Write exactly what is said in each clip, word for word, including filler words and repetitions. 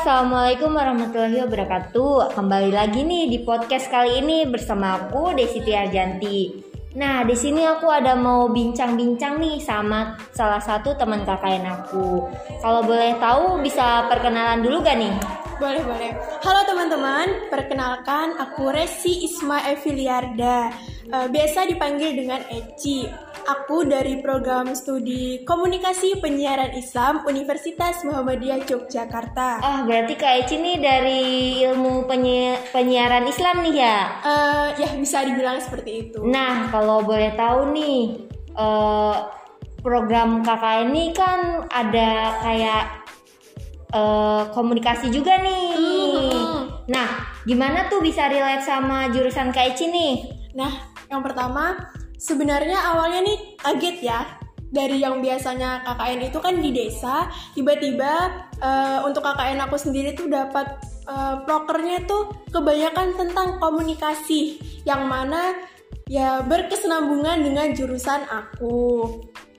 Assalamualaikum warahmatullahi wabarakatuh. Kembali lagi nih di podcast kali ini bersama aku Desi Tiarjanti. Nah, di sini aku ada mau bincang-bincang nih sama salah satu teman K K N aku. Kalau boleh tahu bisa perkenalan dulu gak nih? Boleh, boleh. Halo teman-teman, perkenalkan aku Resi Isma Eviliarda. Uh, biasa dipanggil dengan Eci. Aku dari program studi Komunikasi Penyiaran Islam Universitas Muhammadiyah Yogyakarta. Oh, berarti Kak Eci nih dari ilmu penyi- penyiaran Islam nih ya? Uh, ya, bisa dibilang seperti itu. Nah, kalau boleh tahu nih, uh, program K K N ini kan ada kayak uh, komunikasi juga nih. Mm-hmm. Nah, gimana tuh bisa relate sama jurusan Kak Eci nih? Nah, yang pertama, sebenarnya awalnya nih kaget ya. Dari yang biasanya K K N itu kan di desa, tiba-tiba uh, untuk K K N aku sendiri tuh dapat uh, prokernya tuh kebanyakan tentang komunikasi, yang mana ya berkesinambungan dengan jurusan aku.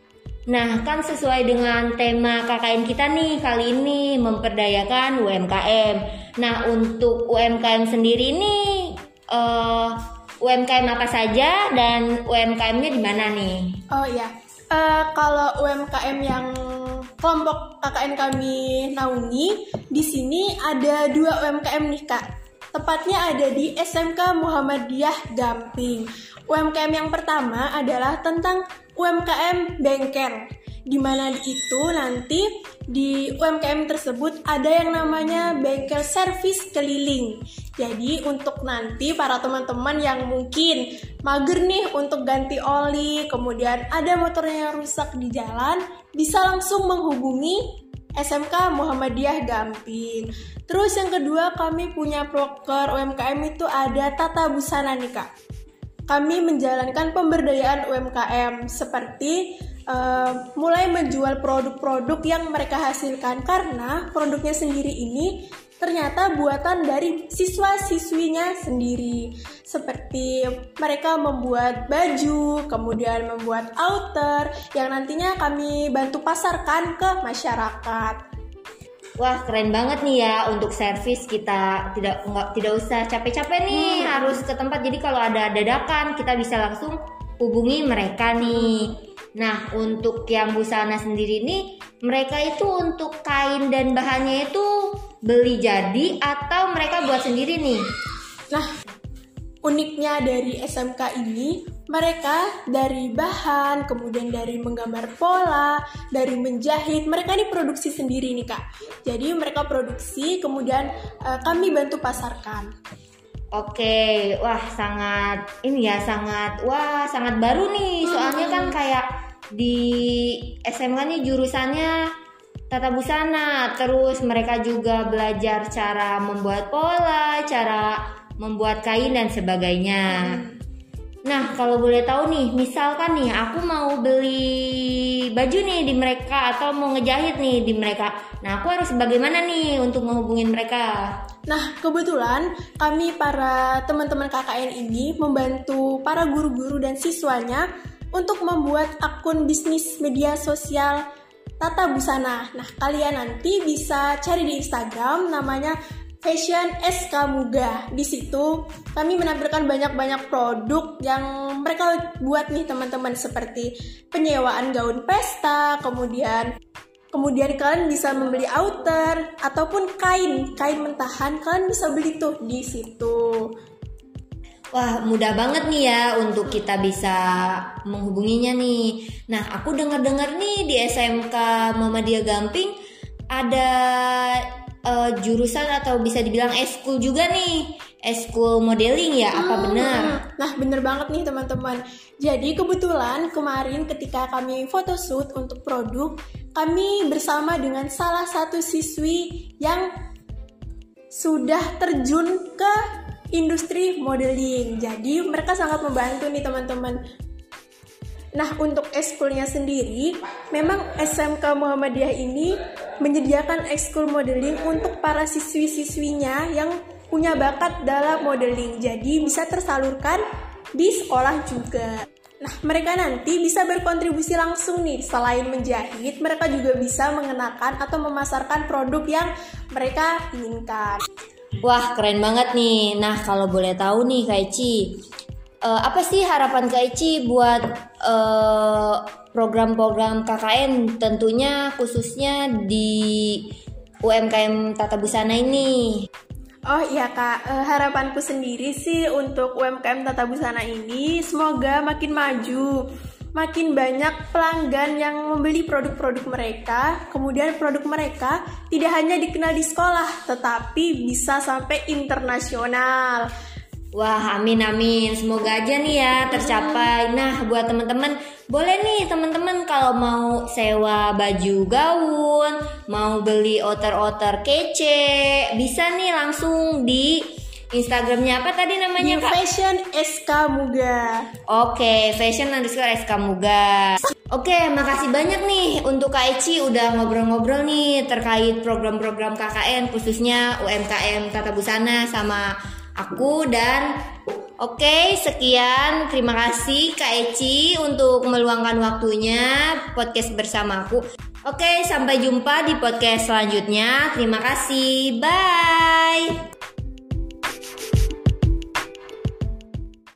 Nah, kan sesuai dengan tema K K N kita nih kali ini, memperdayakan U M K M. Nah, untuk U M K M sendiri nih uh, U M K M apa saja dan U M K M-nya di mana nih? Oh iya, uh, kalau U M K M yang kelompok K K N kami naungi, di sini ada dua U M K M nih Kak. Tepatnya ada di S M K Muhammadiyah Gamping. U M K M yang pertama adalah tentang U M K M bengkel, di mana itu nanti di U M K M tersebut ada yang namanya bengkel servis keliling. Jadi untuk nanti para teman-teman yang mungkin mager nih untuk ganti oli, kemudian ada motornya yang rusak di jalan, bisa langsung menghubungi S M K Muhammadiyah Gamping. Terus yang kedua, kami punya proker U M K M itu ada Tata Busana nih Kak. Kami menjalankan pemberdayaan U M K M seperti uh, mulai menjual produk-produk yang mereka hasilkan, karena produknya sendiri ini ternyata buatan dari siswa-siswinya sendiri. Seperti mereka membuat baju, kemudian membuat outer yang nantinya kami bantu pasarkan ke masyarakat. Wah, keren banget nih ya, untuk servis kita tidak enggak, tidak usah capek-capek nih hmm. harus ke tempat. Jadi kalau ada dadakan kita bisa langsung hubungi mereka nih. Nah, untuk yang busana sendiri nih, mereka itu untuk kain dan bahannya itu beli jadi atau mereka buat sendiri nih? Nah, uniknya dari S M K ini, mereka dari bahan, kemudian dari menggambar pola, dari menjahit, mereka ini produksi sendiri nih Kak. Jadi mereka produksi, kemudian uh, kami bantu pasarkan. Oke, wah sangat ini ya, sangat wah sangat baru nih. Soalnya kan kayak di S M K nih jurusannya tata busana, terus mereka juga belajar cara membuat pola, cara membuat kain dan sebagainya. Hmm. Nah, kalau boleh tahu nih, misalkan nih aku mau beli baju nih di mereka atau mau ngejahit nih di mereka. Nah, aku harus bagaimana nih untuk menghubungin mereka? Nah, kebetulan kami para teman-teman K K N ini membantu para guru-guru dan siswanya untuk membuat akun bisnis media sosial Tata Busana. Nah, kalian nanti bisa cari di Instagram, namanya Fashion S K Muga. Di situ kami menampilkan banyak-banyak produk yang mereka buat nih teman-teman, seperti penyewaan gaun pesta, kemudian kemudian kalian bisa membeli outer ataupun kain, kain mentahan, kalian bisa beli tuh di situ. Wah, mudah banget nih ya untuk kita bisa menghubunginya nih. Nah, aku dengar-dengar nih di S M K Muhammadiyah Gamping ada uh, jurusan atau bisa dibilang eskul juga nih, eskul modeling ya, apa hmm, benar? Nah, bener banget nih teman-teman. Jadi kebetulan kemarin ketika kami photoshoot untuk produk, kami bersama dengan salah satu siswi yang sudah terjun ke industri modeling. Jadi mereka sangat membantu nih teman-teman. Nah, untuk ekskulnya sendiri, memang S M K Muhammadiyah ini menyediakan ekskul modeling untuk para siswi-siswinya yang punya bakat dalam modeling. Jadi bisa tersalurkan di sekolah juga. Nah, mereka nanti bisa berkontribusi langsung nih. Selain menjahit, mereka juga bisa mengenakan atau memasarkan produk yang mereka inginkan. Wah, keren banget nih. Nah, kalau boleh tahu nih Kak Eci, uh, apa sih harapan Kak Eci buat uh, program-program K K N, tentunya khususnya di U M K M Tata Busana ini? Oh iya Kak, eh, harapanku sendiri sih untuk U M K M Tata Busana ini semoga makin maju, makin banyak pelanggan yang membeli produk-produk mereka, kemudian produk mereka tidak hanya dikenal di sekolah, tetapi bisa sampai internasional. Wah, amin amin. Semoga aja nih ya tercapai. Nah, buat teman-teman, boleh nih teman-teman kalau mau sewa baju gaun, mau beli outer-outer kece, bisa nih langsung di Instagramnya apa tadi namanya New Kak? Fashion S K Muga. Oke, fashion underscore S K Muga. Oke, makasih banyak nih untuk Kak Eci udah ngobrol-ngobrol nih terkait program-program K K N khususnya U M K M Tata Busana sama aku. Dan oke, sekian, terima kasih Kak Eci untuk meluangkan waktunya podcast bersamaku. Oke, sampai jumpa di podcast selanjutnya. Terima kasih, bye.